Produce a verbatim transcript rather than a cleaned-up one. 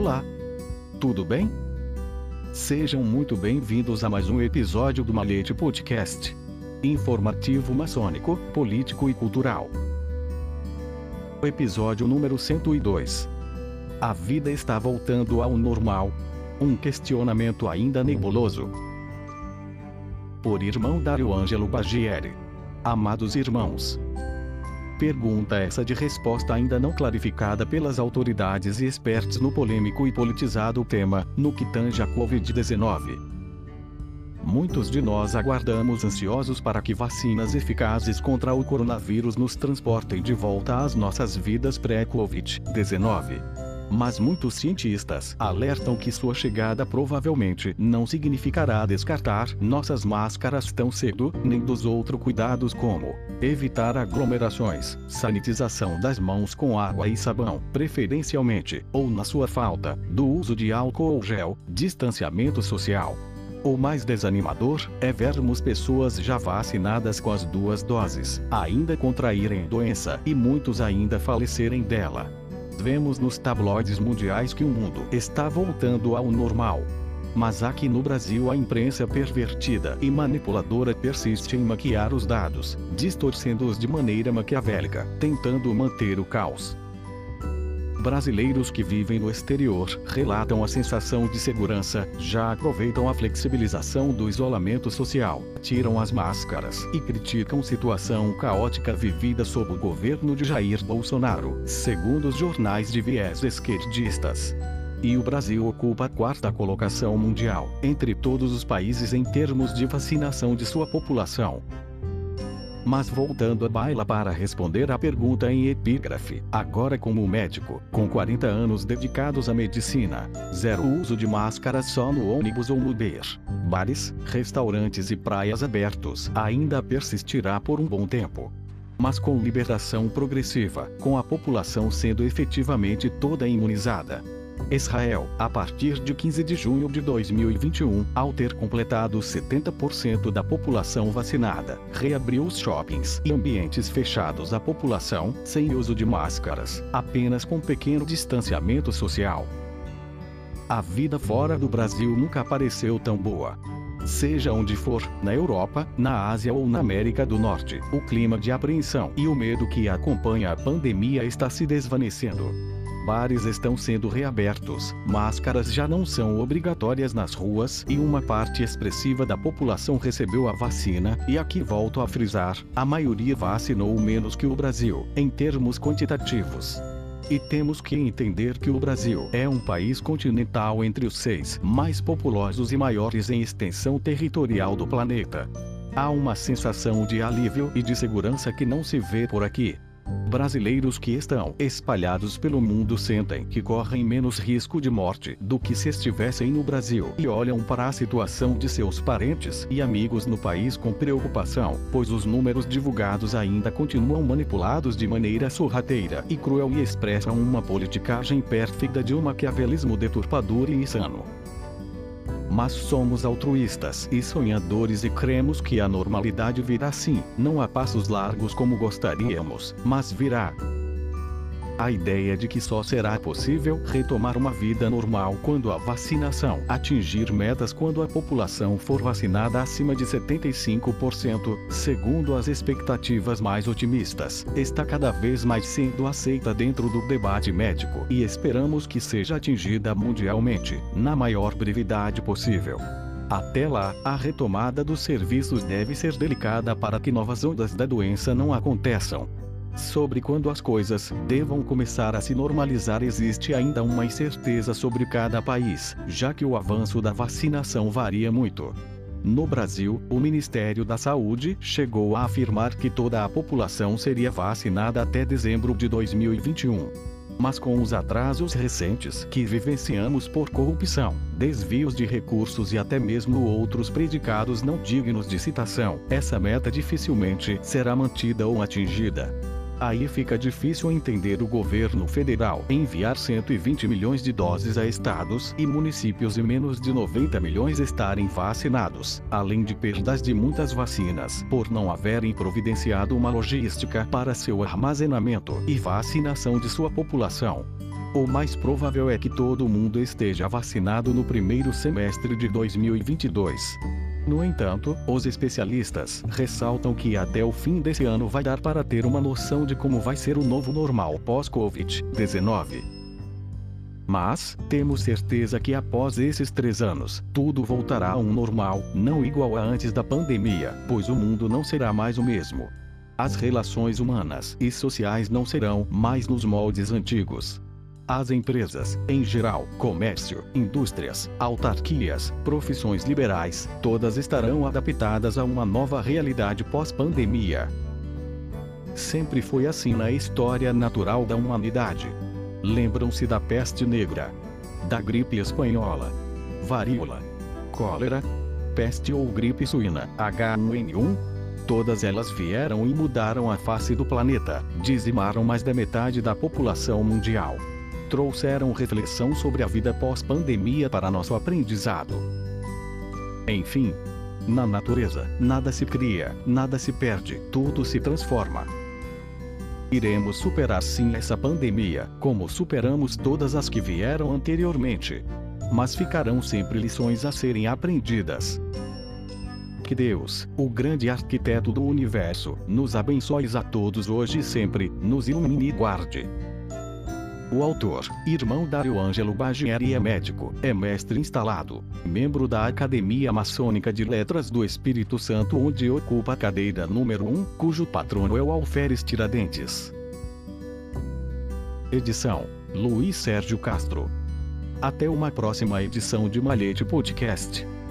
Olá! Tudo bem? Sejam muito bem-vindos a mais um episódio do Malete Podcast. Informativo maçônico, político e cultural. Episódio número cento e dois. A vida está voltando ao normal? Um questionamento ainda nebuloso. Por irmão Dário Ângelo Bagieri. Amados irmãos. Pergunta essa de resposta ainda não clarificada pelas autoridades e experts no polêmico e politizado tema, no que tange a covid dezenove. Muitos de nós aguardamos ansiosos para que vacinas eficazes contra o coronavírus nos transportem de volta às nossas vidas pré-covid dezenove. Mas muitos cientistas alertam que sua chegada provavelmente não significará descartar nossas máscaras tão cedo, nem dos outros cuidados como evitar aglomerações, sanitização das mãos com água e sabão, preferencialmente, ou na sua falta, do uso de álcool ou gel, distanciamento social. O mais desanimador é vermos pessoas já vacinadas com as duas doses ainda contraírem doença e muitos ainda falecerem dela. Vemos nos tabloides mundiais que o mundo está voltando ao normal. Mas aqui no Brasil a imprensa pervertida e manipuladora persiste em maquiar os dados, distorcendo-os de maneira maquiavélica, tentando manter o caos. Brasileiros que vivem no exterior relatam a sensação de segurança, já aproveitam a flexibilização do isolamento social, tiram as máscaras e criticam situação caótica vivida sob o governo de Jair Bolsonaro, segundo os jornais de viés esquerdistas. E o Brasil ocupa a quarta colocação mundial, entre todos os países em termos de vacinação de sua população. Mas voltando à baila para responder à pergunta em epígrafe, agora como médico, com quarenta anos dedicados à medicina, zero uso de máscaras só no ônibus ou no bar, bares, restaurantes e praias abertos, ainda persistirá por um bom tempo. Mas com liberação progressiva, com a população sendo efetivamente toda imunizada. Israel, a partir de quinze de junho de dois mil e vinte e um, ao ter completado setenta por cento da população vacinada, reabriu os shoppings e ambientes fechados à população, sem uso de máscaras, apenas com pequeno distanciamento social. A vida fora do Brasil nunca pareceu tão boa. Seja onde for, na Europa, na Ásia ou na América do Norte, o clima de apreensão e o medo que acompanha a pandemia está se desvanecendo. Bares estão sendo reabertos, máscaras já não são obrigatórias nas ruas e uma parte expressiva da população recebeu a vacina, e aqui volto a frisar, a maioria vacinou menos que o Brasil, em termos quantitativos. E temos que entender que o Brasil é um país continental entre os seis mais populosos e maiores em extensão territorial do planeta. Há uma sensação de alívio e de segurança que não se vê por aqui. Brasileiros que estão espalhados pelo mundo sentem que correm menos risco de morte do que se estivessem no Brasil e olham para a situação de seus parentes e amigos no país com preocupação, pois os números divulgados ainda continuam manipulados de maneira sorrateira e cruel e expressam uma politicagem pérfida de um maquiavelismo deturpador e insano. Mas somos altruístas e sonhadores e cremos que a normalidade virá sim, não a passos largos como gostaríamos, mas virá. A ideia de que só será possível retomar uma vida normal quando a vacinação atingir metas quando a população for vacinada acima de setenta e cinco por cento, segundo as expectativas mais otimistas, está cada vez mais sendo aceita dentro do debate médico e esperamos que seja atingida mundialmente, na maior brevidade possível. Até lá, a retomada dos serviços deve ser delicada para que novas ondas da doença não aconteçam. Sobre quando as coisas devam começar a se normalizar existe ainda uma incerteza sobre cada país, já que o avanço da vacinação varia muito. No Brasil, o Ministério da Saúde chegou a afirmar que toda a população seria vacinada até dezembro de dois mil e vinte e um. Mas com os atrasos recentes que vivenciamos por corrupção, desvios de recursos e até mesmo outros predicados não dignos de citação, essa meta dificilmente será mantida ou atingida. Aí fica difícil entender o governo federal enviar cento e vinte milhões de doses a estados e municípios e menos de noventa milhões estarem vacinados, além de perdas de muitas vacinas por não haverem providenciado uma logística para seu armazenamento e vacinação de sua população. O mais provável é que todo mundo esteja vacinado no primeiro semestre de dois mil e vinte e dois. No entanto, os especialistas ressaltam que até o fim desse ano vai dar para ter uma noção de como vai ser o novo normal pós-Covid dezenove. Mas, temos certeza que após esses três anos, tudo voltará a um normal, não igual a antes da pandemia, pois o mundo não será mais o mesmo. As relações humanas e sociais não serão mais nos moldes antigos. As empresas, em geral, comércio, indústrias, autarquias, profissões liberais, todas estarão adaptadas a uma nova realidade pós-pandemia. Sempre foi assim na história natural da humanidade. Lembram-se da peste negra, da gripe espanhola, varíola, cólera, peste ou gripe suína, H um N um? Todas elas vieram e mudaram a face do planeta, dizimaram mais da metade da população mundial. Trouxeram reflexão sobre a vida pós-pandemia para nosso aprendizado. Enfim, na natureza, nada se cria, nada se perde, tudo se transforma. Iremos superar sim essa pandemia, como superamos todas as que vieram anteriormente. Mas ficarão sempre lições a serem aprendidas. Que Deus, o grande arquiteto do universo, nos abençoe a todos hoje e sempre, nos ilumine e guarde. O autor, irmão Dario Ângelo Baggieri, é médico, é mestre instalado, membro da Academia Maçônica de Letras do Espírito Santo, onde ocupa a cadeira número um, cujo patrono é o Alferes Tiradentes. Edição: Luiz Sérgio Castro. Até uma próxima edição de Malhete Podcast.